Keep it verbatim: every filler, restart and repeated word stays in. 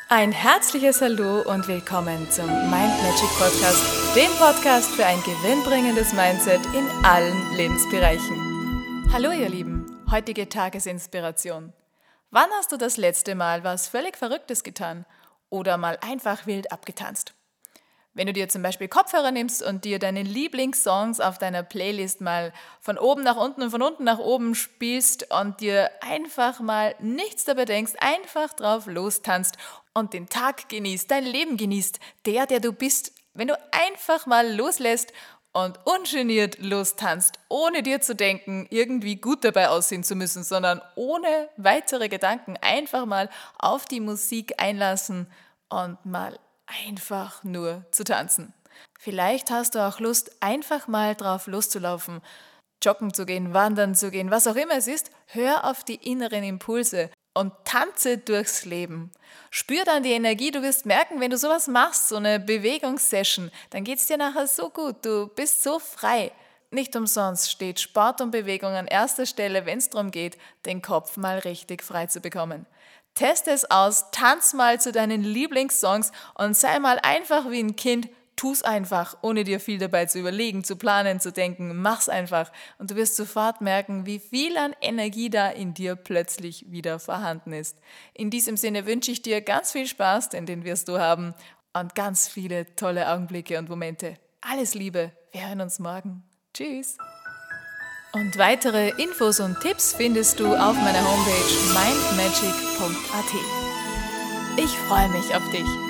Ein herzliches Hallo und willkommen zum Mind Magic Podcast, dem Podcast für ein gewinnbringendes Mindset in allen Lebensbereichen. Hallo ihr Lieben, heutige Tagesinspiration. Wann hast du das letzte Mal was völlig Verrücktes getan oder mal einfach wild abgetanzt? Wenn du dir zum Beispiel Kopfhörer nimmst und dir deine Lieblingssongs auf deiner Playlist mal von oben nach unten und von unten nach oben spielst und dir einfach mal nichts dabei denkst, einfach drauf lostanzt und den Tag genießt, dein Leben genießt, der, der du bist, wenn du einfach mal loslässt und ungeniert lostanzt, ohne dir zu denken, irgendwie gut dabei aussehen zu müssen, sondern ohne weitere Gedanken einfach mal auf die Musik einlassen und mal einfach nur zu tanzen. Vielleicht hast du auch Lust, einfach mal drauf loszulaufen, joggen zu gehen, wandern zu gehen, was auch immer es ist. Hör auf die inneren Impulse und tanze durchs Leben. Spür dann die Energie, du wirst merken, wenn du sowas machst, so eine Bewegungssession, dann geht es dir nachher so gut, du bist so frei. Nicht umsonst steht Sport und Bewegung an erster Stelle, wenn es darum geht, den Kopf mal richtig frei zu bekommen. Teste es aus, tanz mal zu deinen Lieblingssongs und sei mal einfach wie ein Kind. Tu's einfach, ohne dir viel dabei zu überlegen, zu planen, zu denken. Mach's einfach und du wirst sofort merken, wie viel an Energie da in dir plötzlich wieder vorhanden ist. In diesem Sinne wünsche ich dir ganz viel Spaß, denn den wirst du haben, und ganz viele tolle Augenblicke und Momente. Alles Liebe, wir hören uns morgen. Tschüss! Und weitere Infos und Tipps findest du auf meiner Homepage mind magic punkt a t. Ich freue mich auf dich.